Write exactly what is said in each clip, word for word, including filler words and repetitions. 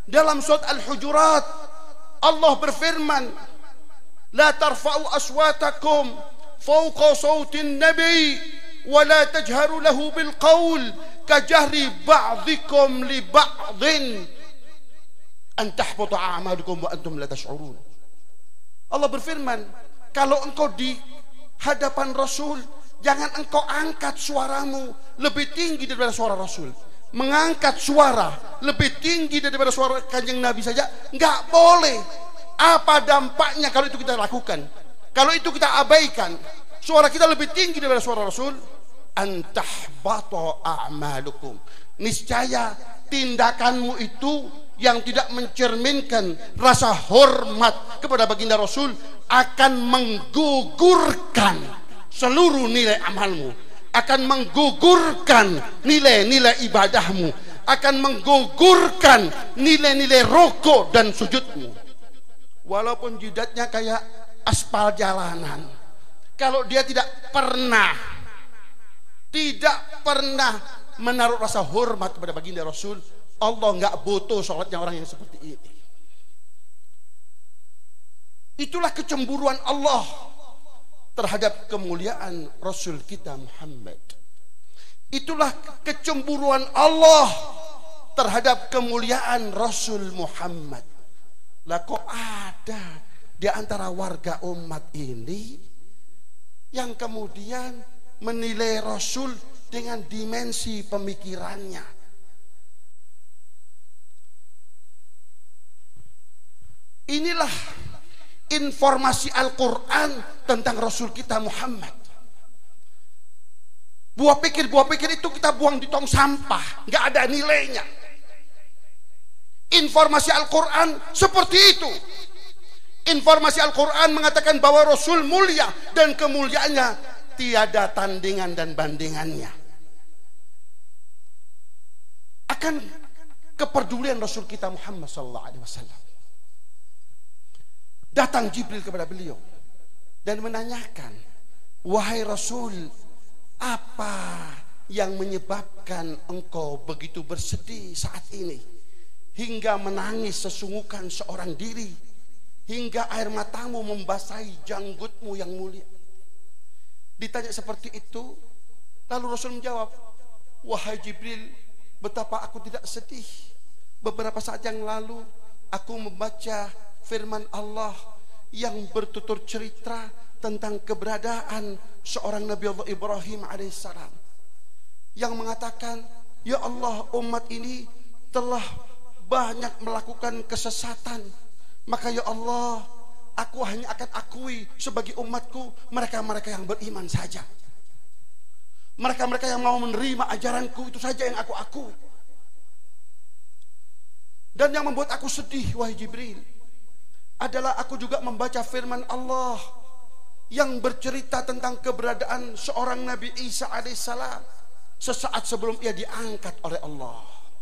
Dalam surat Al-Hujurat Allah berfirman, la tarfa'u aswatakum fawqa sautin nabi wa la tajharu lahu bil qaul kajahri ba'dikum li ba'din an tahbata a'malukum wa antum la tash'urun. Allah berfirman, kalau engkau di hadapan Rasul, jangan engkau angkat suaramu lebih tinggi daripada suara Rasul. Mengangkat suara lebih tinggi daripada suara Kanjeng Nabi saja nggak boleh. Apa dampaknya kalau itu kita lakukan? Kalau itu kita abaikan, suara kita lebih tinggi daripada suara Rasul, antahbata a'malukum. Niscaya tindakanmu itu yang tidak mencerminkan rasa hormat kepada baginda Rasul akan menggugurkan seluruh nilai amalmu, akan menggugurkan nilai-nilai ibadahmu, akan menggugurkan nilai-nilai rukuk dan sujudmu. Walaupun jidatnya kayak aspal jalanan, kalau dia tidak pernah tidak pernah menaruh rasa hormat kepada baginda Rasul, Allah nggak butuh sholatnya orang yang seperti ini. Itulah kecemburuan Allah terhadap kemuliaan Rasul kita Muhammad. Itulah kecemburuan Allah terhadap kemuliaan Rasul Muhammad. Lah kok ada di antara warga umat ini yang kemudian menilai Rasul dengan dimensi pemikirannya. Inilah informasi Al-Quran tentang Rasul kita Muhammad. Buah pikir-buah pikir itu kita buang di tong sampah, nggak ada nilainya. Informasi Al-Quran seperti itu. Informasi Al-Quran mengatakan bahwa Rasul mulia dan kemuliaannya tiada tandingan dan bandingannya. Akan kepedulian Rasul kita Muhammad sallallahu alaihi wasallam, datang Jibril kepada beliau dan menanyakan, wahai Rasul, apa yang menyebabkan engkau begitu bersedih saat ini hingga menangis sesungguhkan seorang diri, hingga air matamu membasahi janggutmu yang mulia? Ditanya seperti itu, lalu Rasul menjawab, wahai Jibril, betapa aku tidak sedih. Beberapa saat yang lalu aku membaca firman Allah yang bertutur cerita tentang keberadaan seorang Nabi Allah Ibrahim alaihissalam, yang mengatakan, ya Allah, umat ini telah banyak melakukan kesesatan, maka ya Allah, aku hanya akan akui sebagai umatku mereka-mereka yang beriman saja. Mereka-mereka yang mau menerima ajaranku, itu saja yang aku akui. Dan yang membuat aku sedih, wahai Jibril, adalah aku juga membaca firman Allah yang bercerita tentang keberadaan seorang Nabi Isa alaihissalam sesaat sebelum ia diangkat oleh Allah.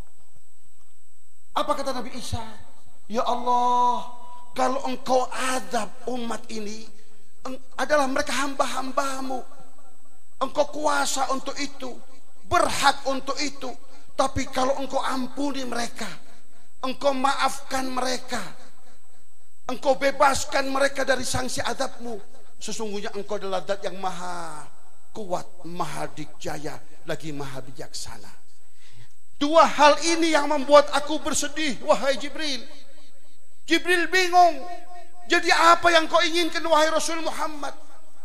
Apa kata Nabi Isa? Ya Allah, kalau engkau azab umat ini, adalah mereka hamba-hambamu, engkau kuasa untuk itu, berhak untuk itu. Tapi kalau engkau ampuni mereka, engkau maafkan mereka, engkau bebaskan mereka dari sanksi azabmu, sesungguhnya engkau adalah zat yang maha kuat, maha dikjaya, lagi maha bijaksana. Dua hal ini yang membuat aku bersedih, wahai Jibril. Jibril bingung, jadi apa yang kau inginkan wahai Rasul Muhammad?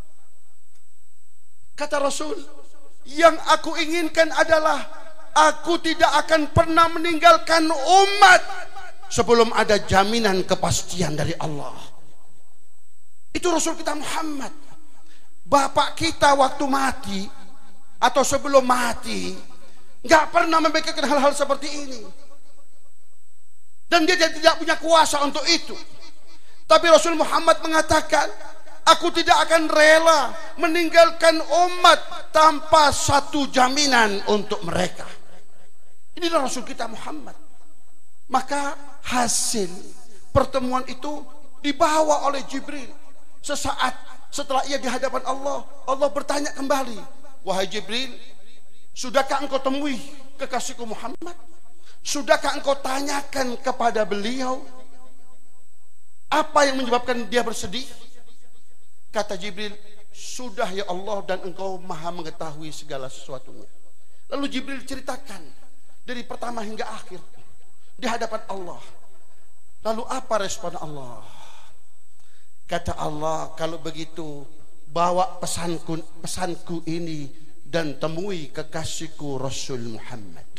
Kata Rasul, yang aku inginkan adalah aku tidak akan pernah meninggalkan umat sebelum ada jaminan kepastian dari Allah. Itu Rasul kita Muhammad. Bapak kita waktu mati atau sebelum mati nggak pernah memikirkan hal-hal seperti ini, dan dia tidak punya kuasa untuk itu. Tapi Rasul Muhammad mengatakan, aku tidak akan rela meninggalkan umat tanpa satu jaminan untuk mereka. Inilah Rasul kita Muhammad. Maka hasil pertemuan itu dibawa oleh Jibril. Sesaat setelah ia di hadapan Allah, Allah bertanya kembali, wahai Jibril, sudahkah engkau temui kekasihku Muhammad? Sudahkah engkau tanyakan kepada beliau apa yang menyebabkan dia bersedih? Kata Jibril, sudah ya Allah, dan engkau maha mengetahui segala sesuatunya. Lalu Jibril ceritakan dari pertama hingga akhir di hadapan Allah. Lalu apa respon Allah? Kata Allah, kalau begitu bawa pesanku, pesanku ini dan temui kekasihku Rasul Muhammad.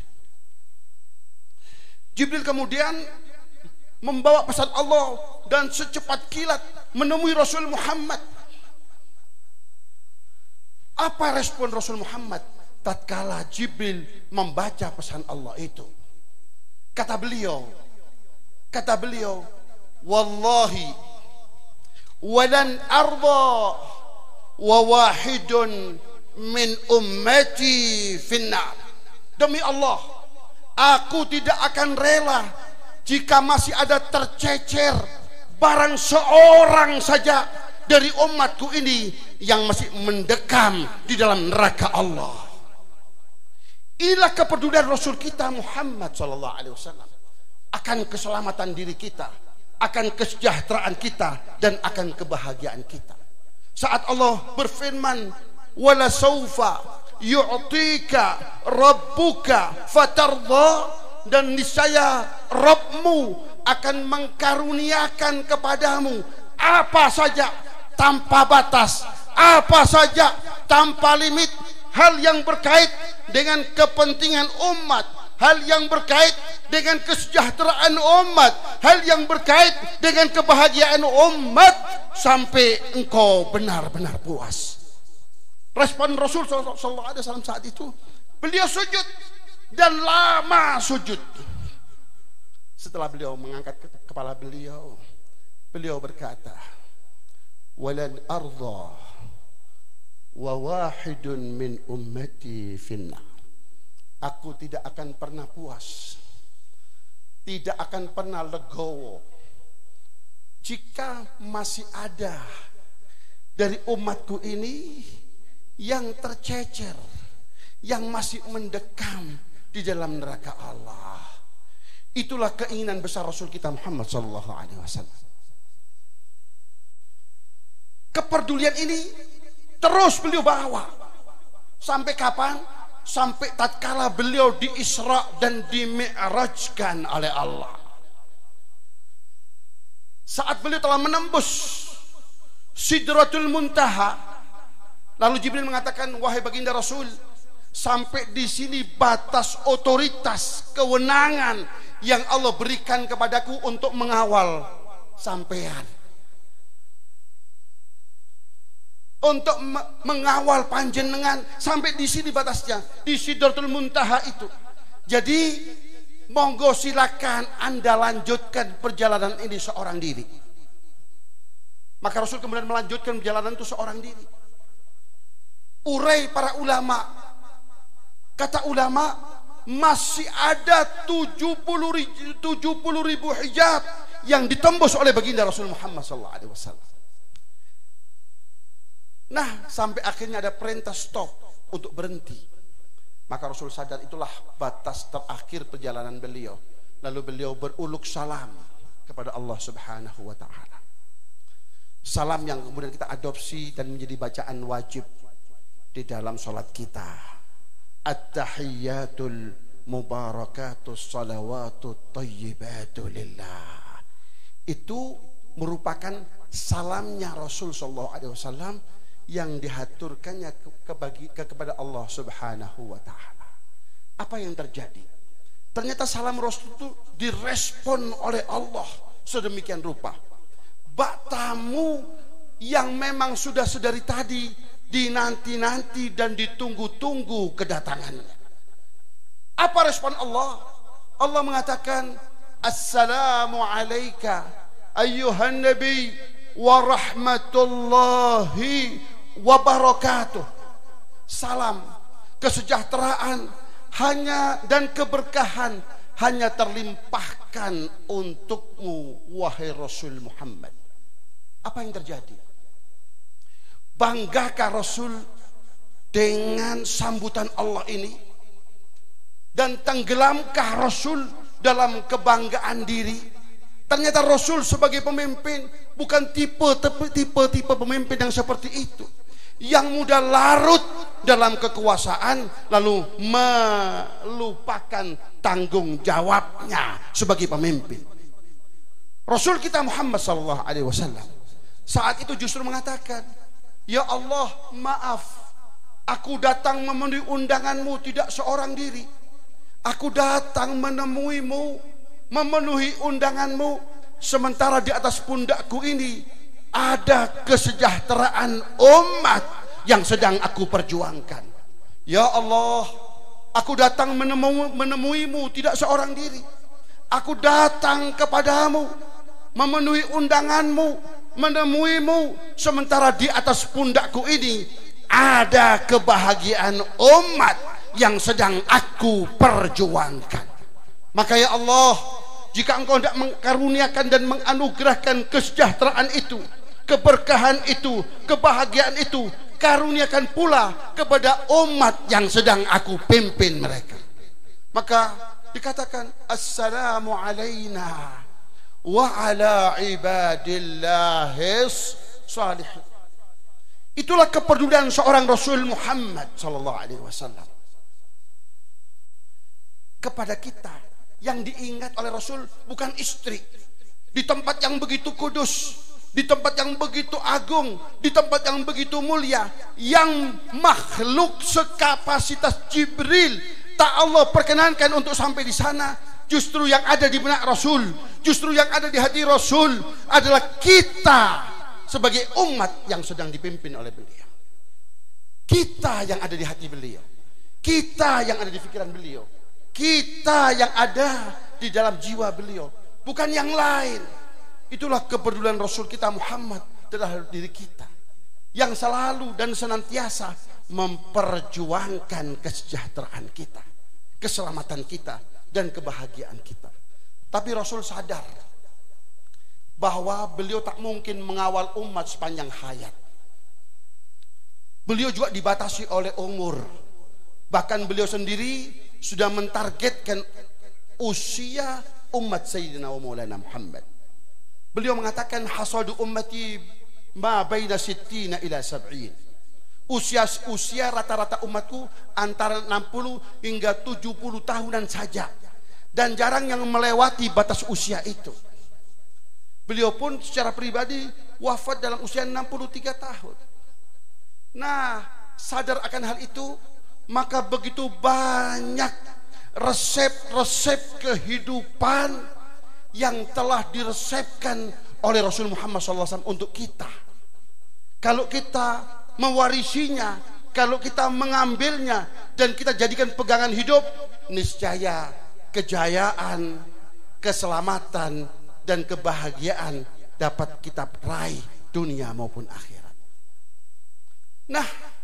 Jibril kemudian membawa pesan Allah dan secepat kilat menemui Rasul Muhammad. Apa respon Rasul Muhammad tatkala Jibril membaca pesan Allah itu? Kata beliau, kata beliau, wallahi walan arda wa wahidun min ummati finnar. Demi Allah, aku tidak akan rela jika masih ada tercecer barang seorang saja dari umatku ini yang masih mendekam di dalam neraka Allah. Inilah kepedulian Rasul kita Muhammad sallallahu alaihi wasallam akan keselamatan diri kita, akan kesejahteraan kita, dan akan kebahagiaan kita. Saat Allah berfirman, wala saufa yu'tika rabbuka fatardha, dan niscaya Rabbmu akan mengkaruniakan kepadamu apa saja tanpa batas, apa saja tanpa limit, hal yang berkait dengan kepentingan umat, hal yang berkait dengan kesejahteraan umat, hal yang berkait dengan kebahagiaan umat, sampai engkau benar-benar puas. Respon Rasul sallallahu alaihi wasallam saat itu, beliau sujud dan lama sujud. Setelah beliau mengangkat kepala beliau, beliau berkata, walan arda wa wahidun min ummati finnar. Aku tidak akan pernah puas, tidak akan pernah legowo jika masih ada dari umatku ini yang tercecer, yang masih mendekam di dalam neraka Allah. Itulah keinginan besar Rasul kita Muhammad sallallahu alaihi wasallam. Kepedulian ini terus beliau bawa sampai kapan? Sampai tatkala beliau di Isra dan di Mi'rajkan oleh Allah. Saat beliau telah menembus Sidratul Muntaha, lalu Jibril mengatakan, wahai baginda Rasul, sampai di sini batas otoritas kewenangan yang Allah berikan kepadaku untuk mengawal sampean, untuk mengawal panjenengan. Sampai di sini batasnya, di Sidratul Muntaha itu. Jadi monggo silakan Anda lanjutkan perjalanan ini seorang diri. Maka Rasul kemudian melanjutkan perjalanan itu seorang diri. Urai para ulama, kata ulama, masih ada tujuh puluh ribu hijab yang ditembus oleh baginda Rasul Muhammad sallallahu alaihi wasallam. Nah, sampai akhirnya ada perintah stop untuk berhenti. Maka Rasul sadar itulah batas terakhir perjalanan beliau. Lalu beliau beruluk salam kepada Allah Subhanahu wa taala. Salam yang kemudian kita adopsi dan menjadi bacaan wajib di dalam salat kita. At-tahiyyatul mubarakatus salawatut thayyibatu lillah. Itu merupakan salamnya Rasul sallallahu alaihi wasallam yang dihaturkannya ke, ke bagi, ke, kepada Allah Subhanahu wa taala. Apa yang terjadi? Ternyata salam Rasul itu direspon oleh Allah sedemikian rupa. Bak tamu yang memang sudah sedari tadi dinanti-nanti dan ditunggu-tunggu kedatangannya. Apa respon Allah? Allah mengatakan, assalamu alayka ayyuhan nabi wa rahmatullahi wa barakatuh. Salam kesejahteraan hanya dan keberkahan hanya terlimpahkan untukmu wahai Rasul Muhammad. Apa yang terjadi? Banggakah Rasul dengan sambutan Allah ini? Dan tenggelamkah Rasul dalam kebanggaan diri? Ternyata Rasul sebagai pemimpin bukan tipe-tipe pemimpin yang seperti itu, yang mudah larut dalam kekuasaan lalu melupakan tanggung jawabnya sebagai pemimpin. Rasul kita Muhammad sallallahu alaihi wasallam saat itu justru mengatakan, ya Allah, maaf, aku datang memenuhi undanganmu tidak seorang diri. Aku datang menemuimu, memenuhi undanganmu, sementara di atas pundakku ini ada kesejahteraan umat yang sedang aku perjuangkan. Ya Allah, aku datang menemu, menemuimu tidak seorang diri. Aku datang kepadamu, memenuhi undanganmu, menemuimu, sementara di atas pundakku ini ada kebahagiaan umat yang sedang aku perjuangkan. Maka ya Allah, jika engkau tidak mengkaruniakan dan menganugerahkan kesejahteraan itu, keberkahan itu, kebahagiaan itu, karuniakan pula kepada umat yang sedang aku pimpin mereka. Maka dikatakan, assalamu alaina wa ala ibadillahis salihin. Itulah kepedulian seorang Rasul Muhammad sallallahu alaihi wasallam kepada kita. Yang diingat oleh Rasul bukan istri di tempat yang begitu kudus, di tempat yang begitu agung, di tempat yang begitu mulia, yang makhluk sekapasitas Jibril tak Allah perkenankan untuk sampai di sana. Justru yang ada di benak Rasul, justru yang ada di hati Rasul adalah kita sebagai umat yang sedang dipimpin oleh beliau. Kita yang ada di hati beliau, kita yang ada di pikiran beliau, kita yang ada di dalam jiwa beliau, bukan yang lain. Itulah kepedulian Rasul kita Muhammad terhadap diri kita, yang selalu dan senantiasa memperjuangkan kesejahteraan kita, keselamatan kita, dan kebahagiaan kita. Tapi Rasul sadar bahwa beliau tak mungkin mengawal umat sepanjang hayat. Beliau juga dibatasi oleh umur. Bahkan beliau sendiri sudah mentargetkan usia umat Sayyidina wa Maulana Muhammad. Beliau mengatakan, hasadu ummati ma baina sittina ila sab'in. Usia usia rata-rata umatku antara enam puluh hingga tujuh puluh tahunan saja, dan jarang yang melewati batas usia itu. Beliau pun secara pribadi wafat dalam usia enam puluh tiga tahun. Nah, sadar akan hal itu, maka begitu banyak resep-resep kehidupan yang telah diresepkan oleh Rasul Muhammad shallallahu alaihi wasallam untuk kita. Kalau kita mewarisinya, kalau kita mengambilnya dan kita jadikan pegangan hidup, niscaya kejayaan, keselamatan, dan kebahagiaan dapat kita raih dunia maupun akhirat. Nah,